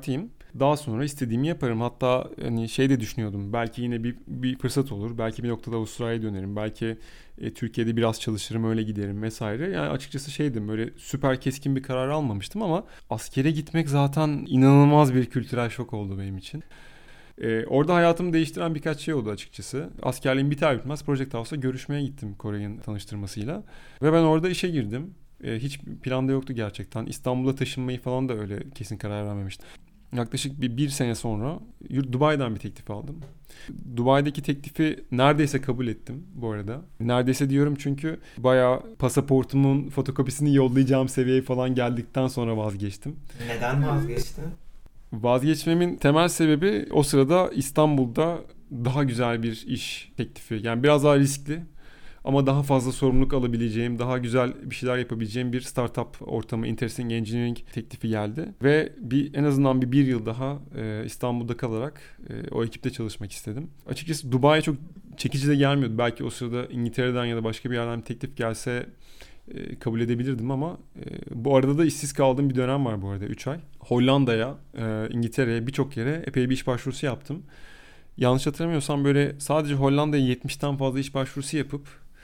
Daha sonra istediğimi yaparım. Hatta hani şey de düşünüyordum. Belki yine bir, bir fırsat olur. Belki bir noktada Avustralya'ya dönerim. Belki e, Türkiye'de biraz çalışırım, öyle giderim vesaire. Yani açıkçası şeydim, böyle süper keskin bir karar almamıştım ama askere gitmek zaten inanılmaz bir kültürel şok oldu benim için. Ee, orada hayatımı değiştiren birkaç şey oldu açıkçası. Askerliğim biter bitmez Project House'a görüşmeye gittim Koray'ın tanıştırmasıyla. Ve ben orada işe girdim. Ee, hiç planda yoktu gerçekten. İstanbul'a taşınmayı falan da öyle kesin karar vermemiştim. Yaklaşık bir, bir sene sonra Dubai'den bir teklif aldım. Dubai'deki teklifi neredeyse kabul ettim bu arada. Neredeyse diyorum çünkü bayağı pasaportumun fotokopisini yollayacağım seviyeye falan geldikten sonra vazgeçtim. Neden vazgeçtin? Vazgeçmemin temel sebebi o sırada İstanbul'da daha güzel bir iş teklifi. Yani biraz daha riskli ama daha fazla sorumluluk alabileceğim, daha güzel bir şeyler yapabileceğim bir startup ortamı, Interesting Engineering teklifi geldi. Ve bir en azından bir bir yıl daha e, İstanbul'da kalarak e, o ekipte çalışmak istedim. Açıkçası Dubai çok çekici de gelmiyordu. Belki o sırada İngiltere'den ya da başka bir yerden bir teklif gelse e, kabul edebilirdim ama e, bu arada da işsiz kaldığım bir dönem var bu arada, üç ay. Hollanda'ya, e, İngiltere'ye, birçok yere epey bir iş başvurusu yaptım. Yanlış hatırlamıyorsam böyle sadece Hollanda'ya yetmişten fazla iş başvurusu yapıp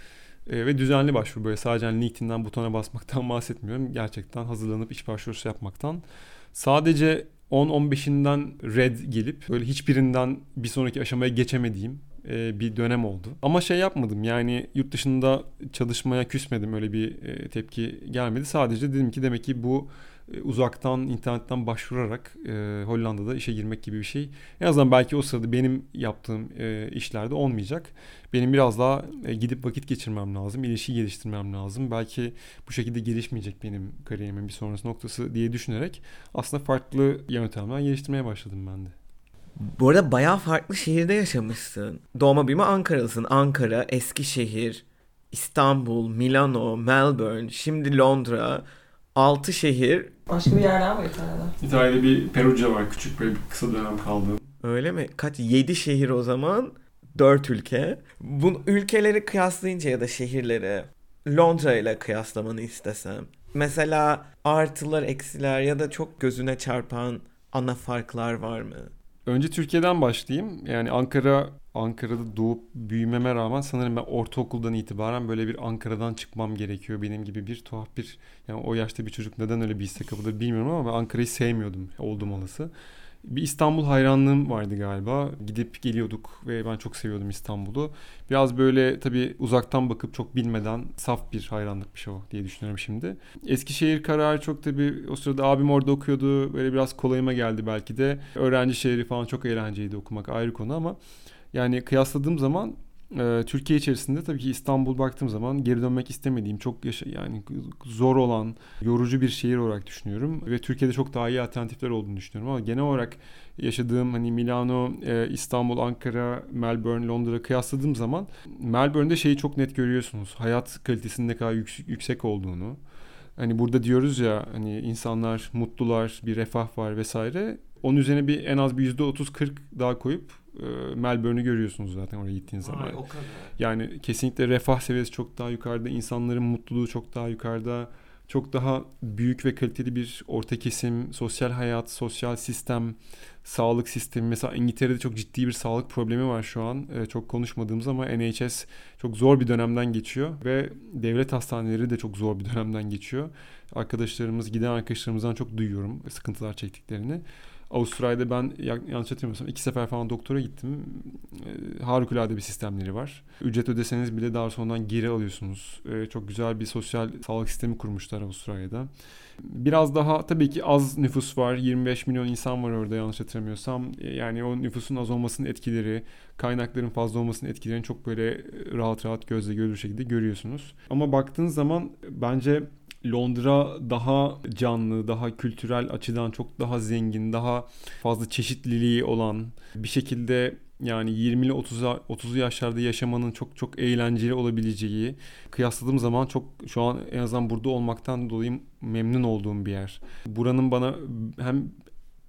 e, ve düzenli başvuru, böyle sadece LinkedIn'den butona basmaktan bahsetmiyorum. Gerçekten hazırlanıp iş başvurusu yapmaktan. Sadece on on beşinden red gelip böyle hiçbirinden bir sonraki aşamaya geçemediğim e, bir dönem oldu. Ama şey yapmadım, yani yurt dışında çalışmaya küsmedim, öyle bir e, tepki gelmedi. Sadece dedim ki demek ki bu e, uzaktan internetten başvurarak e, Hollanda'da işe girmek gibi bir şey. En azından belki o sırada benim yaptığım e, işlerde olmayacak. Benim biraz daha e, gidip vakit geçirmem lazım, ilişki geliştirmem lazım. Belki bu şekilde gelişmeyecek benim kariyerimin bir sonrası noktası diye düşünerek aslında farklı yöntemler geliştirmeye başladım ben de. Bu arada bayağı farklı şehirde yaşamışsın. Doğma büyüme Ankaralısın. Ankara, Eskişehir, İstanbul, Milano, Melbourne, şimdi Londra. Altı şehir. Başka bir yer daha var İtalya'da. İtalya'da bir Perugia var. Küçük böyle bir kısa dönem kaldığım. Öyle mi? Kaç? Yedi şehir o zaman. Dört ülke. Bu ülkeleri kıyaslayınca ya da şehirleri Londra ile kıyaslamanı istesem. Mesela artılar, eksiler ya da çok gözüne çarpan ana farklar var mı? Önce Türkiye'den başlayayım. Yani Ankara, Ankara'da doğup büyümeme rağmen sanırım ben ortaokuldan itibaren böyle bir Ankara'dan çıkmam gerekiyor. Benim gibi bir tuhaf bir, yani o yaşta bir çocuk neden öyle bir hisse kapılır bilmiyorum ama ben Ankara'yı sevmiyordum oldum olası. Bir İstanbul hayranlığım vardı galiba. Gidip geliyorduk ve ben çok seviyordum İstanbul'u. Biraz böyle tabii uzaktan bakıp çok bilmeden saf bir hayranlıkmış o diye düşünüyorum şimdi. Eskişehir kararı çok tabii, o sırada abim orada okuyordu. Böyle biraz kolayıma geldi belki de. Öğrenci şehri falan, çok eğlenceliydi okumak, ayrı konu ama yani kıyasladığım zaman e, Türkiye içerisinde tabii ki İstanbul baktığım zaman geri dönmek istemediğim, çok yaşa yani zor olan, yorucu bir şehir olarak düşünüyorum ve Türkiye'de çok daha iyi alternatifler olduğunu düşünüyorum ama genel olarak yaşadığım hani Milano, e, İstanbul, Ankara, Melbourne, Londra kıyasladığım zaman Melbourne'de şeyi çok net görüyorsunuz. Hayat kalitesinin ne kadar yüksek, yüksek olduğunu. Hani burada diyoruz ya, hani insanlar mutlular, bir refah var vesaire. Onun üzerine bir en az bir yüzde otuz kırk daha koyup e, Melbourne'ü görüyorsunuz zaten oraya gittiğiniz zaman. Ay, o kadar. Yani kesinlikle refah seviyesi çok daha yukarıda, insanların mutluluğu çok daha yukarıda. Çok daha büyük ve kaliteli bir orta kesim, sosyal hayat, sosyal sistem, sağlık sistemi. Mesela İngiltere'de çok ciddi bir sağlık problemi var şu an. Ee, çok konuşmadığımız ama N H S çok zor bir dönemden geçiyor ve devlet hastaneleri de çok zor bir dönemden geçiyor. Arkadaşlarımız, giden arkadaşlarımızdan çok duyuyorum sıkıntılar çektiklerini. Avustralya'da ben yanlış hatırlamıyorsam iki sefer falan doktora gittim. E, harikulade bir sistemleri var. Ücret ödeseniz bile daha sonradan geri alıyorsunuz. E, çok güzel bir sosyal sağlık sistemi kurmuşlar Avustralya'da. Biraz daha tabii ki az nüfus var. yirmi beş milyon insan var orada yanlış hatırlamıyorsam. E, yani o nüfusun az olmasının etkileri, kaynakların fazla olmasının etkilerini çok böyle rahat rahat gözle görülür şekilde görüyorsunuz. Ama baktığınız zaman bence Londra daha canlı, daha kültürel açıdan çok daha zengin, daha fazla çeşitliliği olan, bir şekilde yani yirmili otuzlu yaşlarda yaşamanın çok çok eğlenceli olabileceği, kıyasladığım zaman çok şu an en azından burada olmaktan dolayı memnun olduğum bir yer. Buranın bana hem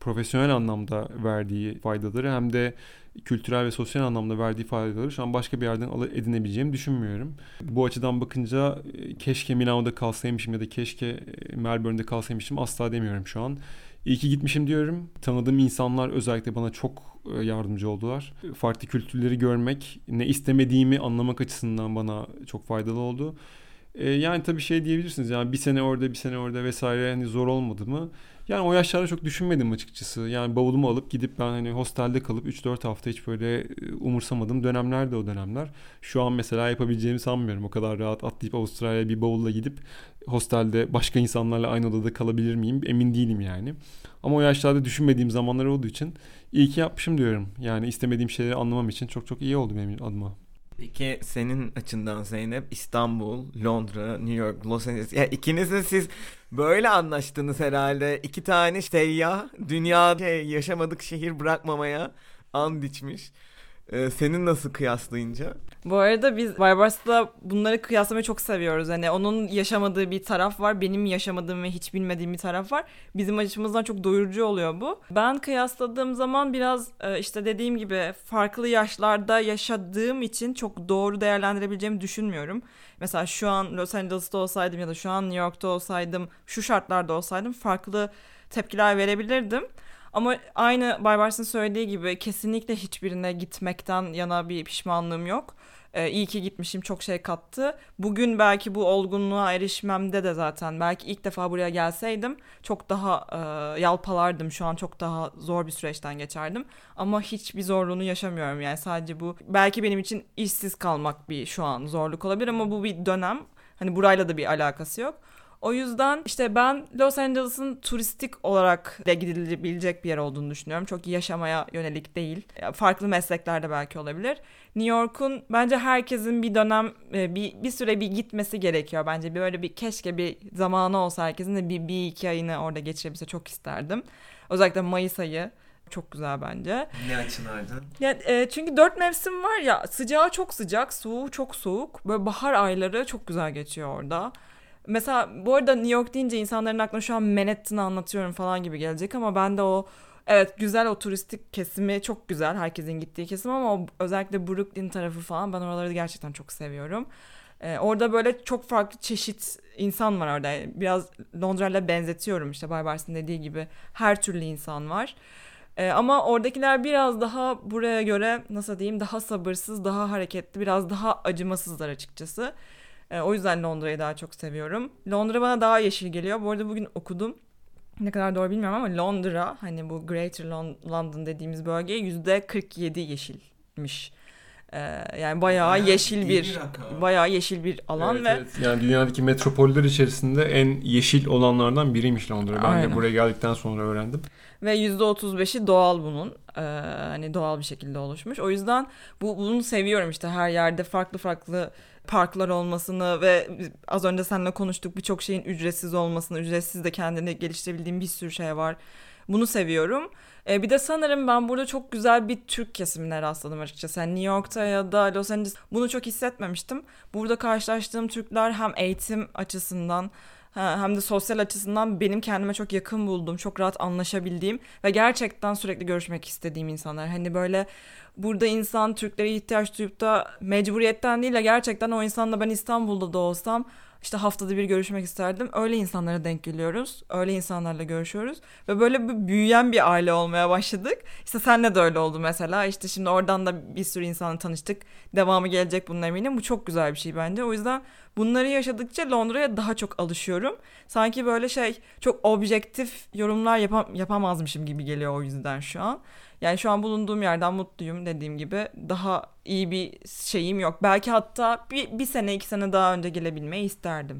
profesyonel anlamda verdiği faydaları hem de kültürel ve sosyal anlamda verdiği faydaları şu an başka bir yerden edinebileceğimi düşünmüyorum. Bu açıdan bakınca keşke Milano'da kalsaymışım ya da keşke Melbourne'de kalsaymışım asla demiyorum şu an. İyi ki gitmişim diyorum. Tanıdığım insanlar özellikle bana çok yardımcı oldular. Farklı kültürleri görmek, ne istemediğimi anlamak açısından bana çok faydalı oldu. Yani tabii şey diyebilirsiniz, yani bir sene orada bir sene orada vesaire, hani zor olmadı mı? Yani o yaşlarda çok düşünmedim açıkçası. Yani bavulumu alıp gidip ben hani hostelde kalıp üç dört hafta hiç böyle umursamadığım dönemler de o dönemler. Şu an mesela yapabileceğimi sanmıyorum. O kadar rahat atlayıp Avustralya'ya bir bavulla gidip hostelde başka insanlarla aynı odada kalabilir miyim? Emin değilim yani. Ama o yaşlarda düşünmediğim zamanlar olduğu için iyi ki yapmışım diyorum. Yani istemediğim şeyleri anlamam için çok çok iyi oldu benim adıma. Peki senin açından Zeynep, İstanbul, Londra, New York, Los Angeles, ya ikiniz de siz böyle anlaştınız herhalde. İki tane seyyah dünyada yaşamadık şehir bırakmamaya and içmiş. Ee, senin nasıl kıyaslayınca? Bu arada biz Barbaros'la bunları kıyaslamayı çok seviyoruz. Hani onun yaşamadığı bir taraf var, benim yaşamadığım ve hiç bilmediğim bir taraf var. Bizim açımızdan çok doyurucu oluyor bu. Ben kıyasladığım zaman biraz işte dediğim gibi farklı yaşlarda yaşadığım için çok doğru değerlendirebileceğimi düşünmüyorum. Mesela şu an Los Angeles'ta olsaydım ya da şu an New York'ta olsaydım, şu şartlarda olsaydım farklı tepkiler verebilirdim. Ama aynı Baybars'ın söylediği gibi kesinlikle hiçbirine gitmekten yana bir pişmanlığım yok. Ee, iyi ki gitmişim, çok şey kattı. Bugün belki bu olgunluğa erişmemde de zaten belki ilk defa buraya gelseydim çok daha e, yalpalardım. Şu an çok daha zor bir süreçten geçerdim. Ama hiçbir zorluğunu yaşamıyorum yani, sadece bu belki benim için işsiz kalmak bir şu an zorluk olabilir ama bu bir dönem. Hani burayla da bir alakası yok. O yüzden işte ben Los Angeles'ın turistik olarak da gidilebilecek bir yer olduğunu düşünüyorum. Çok yaşamaya yönelik değil. Farklı mesleklerde belki olabilir. New York'un bence herkesin bir dönem bir, bir süre bir gitmesi gerekiyor bence. Böyle bir keşke bir zamanı olsa herkesin de bir, bir iki ayını orada geçirebilse çok isterdim. Özellikle Mayıs ayı çok güzel bence. Ne açılardan? Yani, e, çünkü dört mevsim var ya, sıcağı çok sıcak, soğuğu çok soğuk. Böyle bahar ayları çok güzel geçiyor orada. Mesela bu arada New York deyince insanların aklına şu an Manhattan'ı anlatıyorum falan gibi gelecek ama ben de o evet güzel, o turistik kesimi çok güzel, herkesin gittiği kesim, ama o özellikle Brooklyn tarafı falan, ben oraları gerçekten çok seviyorum. Ee, orada böyle çok farklı çeşit insan var orada. Biraz Londra'yla benzetiyorum, işte Barbars'ın dediği gibi her türlü insan var. Ee, ama oradakiler biraz daha buraya göre nasıl diyeyim, daha sabırsız, daha hareketli, biraz daha acımasızlar açıkçası. E, o yüzden Londra'yı daha çok seviyorum. Londra bana daha yeşil geliyor. Bu arada bugün okudum. Ne kadar doğru bilmiyorum ama Londra, hani bu Greater London dediğimiz bölge yüzde kırk yedi yeşilmiş. E, yani bayağı, bayağı yeşil bir bayağı yeşil bir alan. Evet, ve evet. Yani dünyadaki metropoller içerisinde en yeşil olanlardan biriymiş Londra. Ben Aynen. de buraya geldikten sonra öğrendim. Ve yüzde otuz beşi doğal bunun. Ee, hani doğal bir şekilde oluşmuş. O yüzden bu bunu seviyorum, işte her yerde farklı farklı parklar olmasını ve az önce seninle konuştuk, birçok şeyin ücretsiz olmasını, ücretsiz de kendini geliştirebildiğim bir sürü şey var. Bunu seviyorum. Ee, bir de sanırım ben burada çok güzel bir Türk kesimine rastladım açıkçası. Yani New York'ta ya da Los Angeles bunu çok hissetmemiştim. Burada karşılaştığım Türkler hem eğitim açısından hem de sosyal açısından benim kendime çok yakın bulduğum, çok rahat anlaşabildiğim ve gerçekten sürekli görüşmek istediğim insanlar. Hani böyle burada insan Türklere ihtiyaç duyup da mecburiyetten değil de gerçekten o insanla ben İstanbul'da da olsam işte haftada bir görüşmek isterdim. Öyle insanlara denk geliyoruz. Öyle insanlarla görüşüyoruz. Ve böyle bir büyüyen bir aile olmaya başladık. İşte senle de öyle oldu mesela. İşte şimdi oradan da bir sürü insanla tanıştık. Devamı gelecek, bunun eminim. Bu çok güzel bir şey bence. O yüzden bunları yaşadıkça Londra'ya daha çok alışıyorum. Sanki böyle şey, çok objektif yorumlar yapam- yapamazmışım gibi geliyor o yüzden şu an. Yani şu an bulunduğum yerden mutluyum, dediğim gibi. Daha iyi bir şeyim yok. Belki hatta bir, bir sene iki sene daha önce gelebilmeyi isterdim.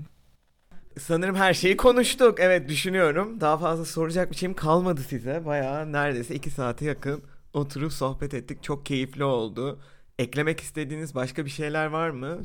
Sanırım her şeyi konuştuk. Evet, düşünüyorum. Daha fazla soracak bir şeyim kalmadı size. Bayağı neredeyse iki saate yakın oturup sohbet ettik. Çok keyifli oldu. Eklemek istediğiniz başka bir şeyler var mı?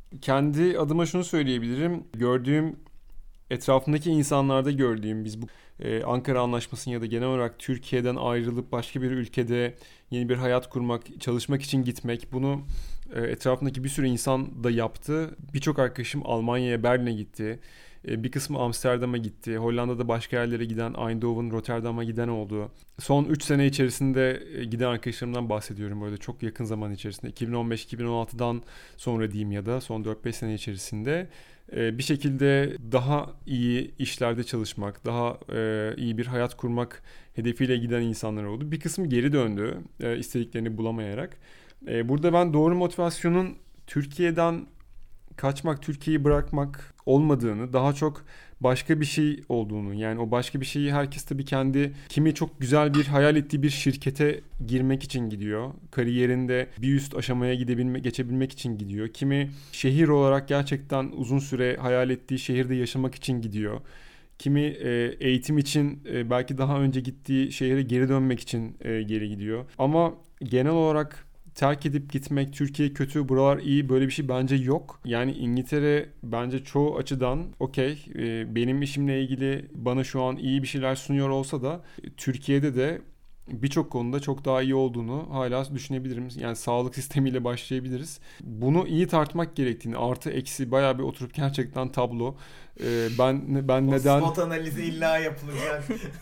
Kendi adıma şunu söyleyebilirim. Gördüğüm, etrafımdaki insanlarda gördüğüm, biz bu e, Ankara Anlaşması'nın ya da genel olarak Türkiye'den ayrılıp başka bir ülkede yeni bir hayat kurmak, çalışmak için gitmek, bunu e, etrafındaki bir sürü insan da yaptı. Birçok arkadaşım Almanya'ya, Berlin'e gitti. Bir kısmı Amsterdam'a gitti. Hollanda'da başka yerlere giden, Eindhoven, Rotterdam'a giden oldu. Son üç sene içerisinde giden arkadaşlarımdan bahsediyorum. Böyle çok yakın zaman içerisinde. iki bin on beş iki bin on altıdan sonra diyeyim ya da son dört beş sene içerisinde bir şekilde daha iyi işlerde çalışmak, daha iyi bir hayat kurmak hedefiyle giden insanlar oldu. Bir kısmı geri döndü istediklerini bulamayarak. Burada ben doğru motivasyonun Türkiye'den kaçmak, Türkiye'yi bırakmak olmadığını, daha çok başka bir şey olduğunu, yani o başka bir şeyi herkes tabii kendi, kimi çok güzel bir hayal ettiği bir şirkete girmek için gidiyor. Kariyerinde bir üst aşamaya gidebilmek, geçebilmek için gidiyor. Kimi şehir olarak gerçekten uzun süre hayal ettiği şehirde yaşamak için gidiyor. Kimi eğitim için belki daha önce gittiği şehre geri dönmek için geri gidiyor. Ama genel olarak terk edip gitmek, Türkiye kötü, buralar iyi, böyle bir şey bence yok. Yani İngiltere bence çoğu açıdan okey. Benim işimle ilgili bana şu an iyi bir şeyler sunuyor olsa da Türkiye'de de birçok konuda çok daha iyi olduğunu hala düşünebilirim. Yani sağlık sistemiyle başlayabiliriz. Bunu iyi tartmak gerektiğini, artı eksi bayağı bir oturup gerçekten tablo. Ee, ben ben o neden? SWOT analizi illa yapılacak.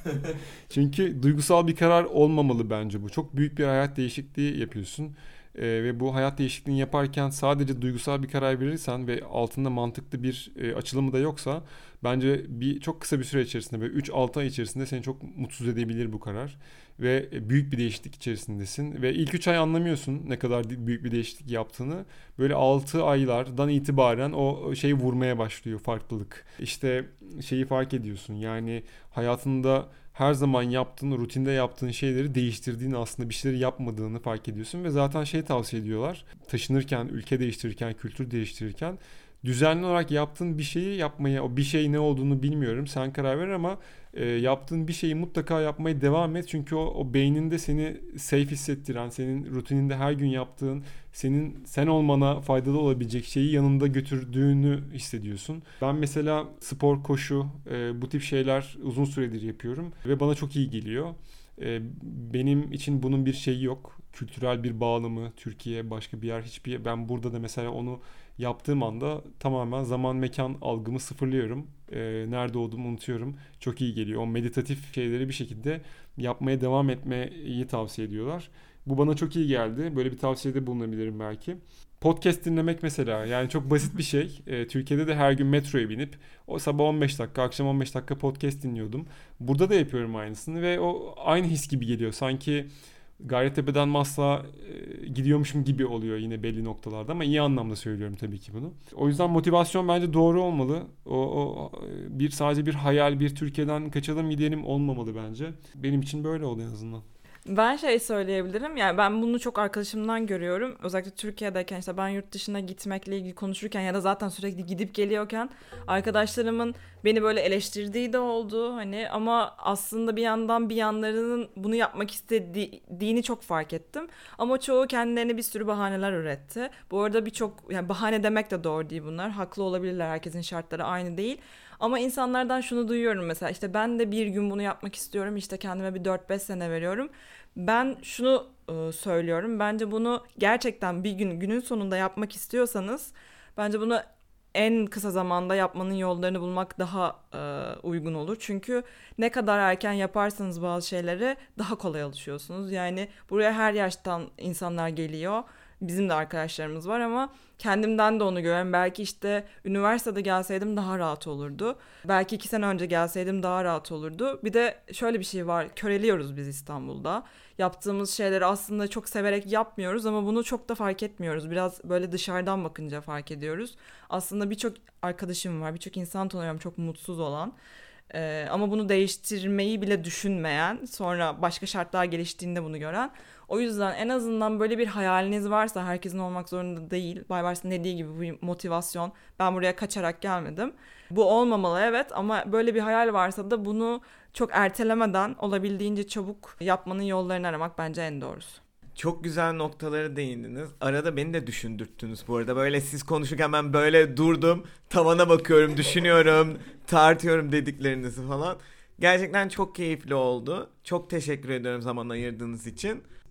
Çünkü duygusal bir karar olmamalı bence bu. Çok büyük bir hayat değişikliği yapıyorsun. Ee, ve bu hayat değişikliğini yaparken sadece duygusal bir karar verirsen ve altında mantıklı bir e, açılımı da yoksa bence bir çok kısa bir süre içerisinde, böyle üç altı ay içerisinde seni çok mutsuz edebilir bu karar. Ve büyük bir değişiklik içerisindesin. Ve ilk üç ay anlamıyorsun ne kadar büyük bir değişiklik yaptığını. Böyle altı aylardan itibaren o şey vurmaya başlıyor, farklılık. İşte şeyi fark ediyorsun, yani hayatında her zaman yaptığın, rutinde yaptığın şeyleri değiştirdiğini, aslında bir şeyleri yapmadığını fark ediyorsun. Ve zaten şey tavsiye ediyorlar, taşınırken, ülke değiştirirken, kültür değiştirirken düzenli olarak yaptığın bir şeyi yapmaya, o bir şey ne olduğunu bilmiyorum, sen karar ver, ama e, yaptığın bir şeyi mutlaka yapmaya devam et. Çünkü o, o beyninde seni safe hissettiren, senin rutininde her gün yaptığın, senin sen olmana faydalı olabilecek şeyi yanında götürdüğünü hissediyorsun. Ben mesela spor, koşu, e, bu tip şeyler uzun süredir yapıyorum ve bana çok iyi geliyor. E, benim için bunun bir şeyi yok. Kültürel bir bağlamı, Türkiye, başka bir yer, hiçbir, ben burada da mesela onu yaptığım anda tamamen zaman mekan algımı sıfırlıyorum. Ee, nerede olduğumu unutuyorum. Çok iyi geliyor. O meditatif şeyleri bir şekilde yapmaya devam etmeyi tavsiye ediyorlar. Bu bana çok iyi geldi. Böyle bir tavsiyede bulunabilirim belki. Podcast dinlemek mesela, yani çok basit bir şey. Ee, Türkiye'de de her gün metroya binip o sabah on beş dakika, akşam on beş dakika podcast dinliyordum. Burada da yapıyorum aynısını ve o aynı his gibi geliyor. Sanki Gayrettepe'den Maslak'a e, gidiyormuşum gibi oluyor yine belli noktalarda, ama iyi anlamda söylüyorum tabii ki bunu. O yüzden motivasyon bence doğru olmalı. O, o bir sadece bir hayal, bir Türkiye'den kaçalım gidelim olmamalı bence. Benim için böyle oldu en azından. Ben şey söyleyebilirim, yani ben bunu çok arkadaşımdan görüyorum. Özellikle Türkiye'deyken, işte ben yurt dışına gitmekle ilgili konuşurken ya da zaten sürekli gidip geliyorken arkadaşlarımın beni böyle eleştirdiği de oldu hani, ama aslında bir yandan bir yanlarının bunu yapmak istediğini çok fark ettim. Ama çoğu kendilerine bir sürü bahaneler üretti. Bu arada birçok, yani bahane demek de doğru değil bunlar. Haklı olabilirler, herkesin şartları aynı değil. Ama insanlardan şunu duyuyorum mesela, işte ben de bir gün bunu yapmak istiyorum, işte kendime bir dört beş sene veriyorum. Ben şunu e, söylüyorum, bence bunu gerçekten bir gün, günün sonunda yapmak istiyorsanız bence bunu en kısa zamanda yapmanın yollarını bulmak daha e, uygun olur. Çünkü ne kadar erken yaparsanız bazı şeyleri daha kolay alışıyorsunuz. Yani buraya her yaştan insanlar geliyor. Bizim de arkadaşlarımız var ama kendimden de onu görüyorum. Belki işte üniversitede gelseydim daha rahat olurdu. Belki iki sene önce gelseydim daha rahat olurdu. Bir de şöyle bir şey var. Köreliyoruz biz İstanbul'da. Yaptığımız şeyleri aslında çok severek yapmıyoruz ama bunu çok da fark etmiyoruz. Biraz böyle dışarıdan bakınca fark ediyoruz. Aslında birçok arkadaşım var, birçok insan tanıyorum çok mutsuz olan. Ee, ama bunu değiştirmeyi bile düşünmeyen, sonra başka şartlar geliştiğinde bunu gören. O yüzden en azından böyle bir hayaliniz varsa, herkesin olmak zorunda değil. Baybars'ın dediği gibi bu motivasyon. Ben buraya kaçarak gelmedim. Bu olmamalı evet, ama böyle bir hayal varsa da bunu çok ertelemeden olabildiğince çabuk yapmanın yollarını aramak bence en doğrusu. Çok güzel noktalara değindiniz. Arada beni de düşündürttünüz bu arada. Böyle siz konuşurken ben böyle durdum. Tavana bakıyorum, düşünüyorum, tartıyorum dediklerinizi falan. Gerçekten çok keyifli oldu. Çok teşekkür ediyorum zaman ayırdığınız için.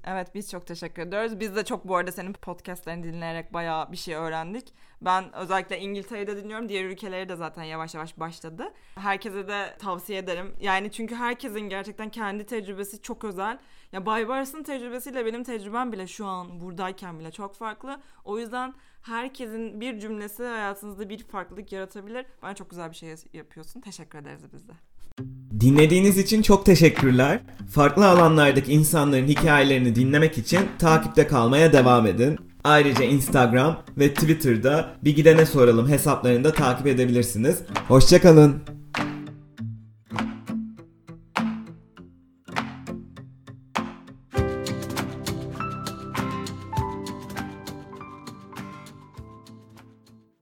Evet, biz çok teşekkür ediyoruz. Biz de çok bu arada senin podcastlerini dinleyerek bayağı bir şey öğrendik. Ben özellikle İngiltere'de dinliyorum. Diğer ülkeleri de zaten yavaş yavaş başladı. Herkese de tavsiye ederim. Yani çünkü herkesin gerçekten kendi tecrübesi çok özel. Ya Baybars'ın tecrübesiyle benim tecrübem bile şu an buradayken bile çok farklı. O yüzden herkesin bir cümlesi hayatınızda bir farklılık yaratabilir. Bana çok güzel bir şey yapıyorsun. Teşekkür ederiz biz de. Dinlediğiniz için çok teşekkürler. Farklı alanlardaki insanların hikayelerini dinlemek için takipte kalmaya devam edin. Ayrıca Instagram ve Twitter'da Bir Gidene Soralım hesaplarını da takip edebilirsiniz. Hoşça kalın.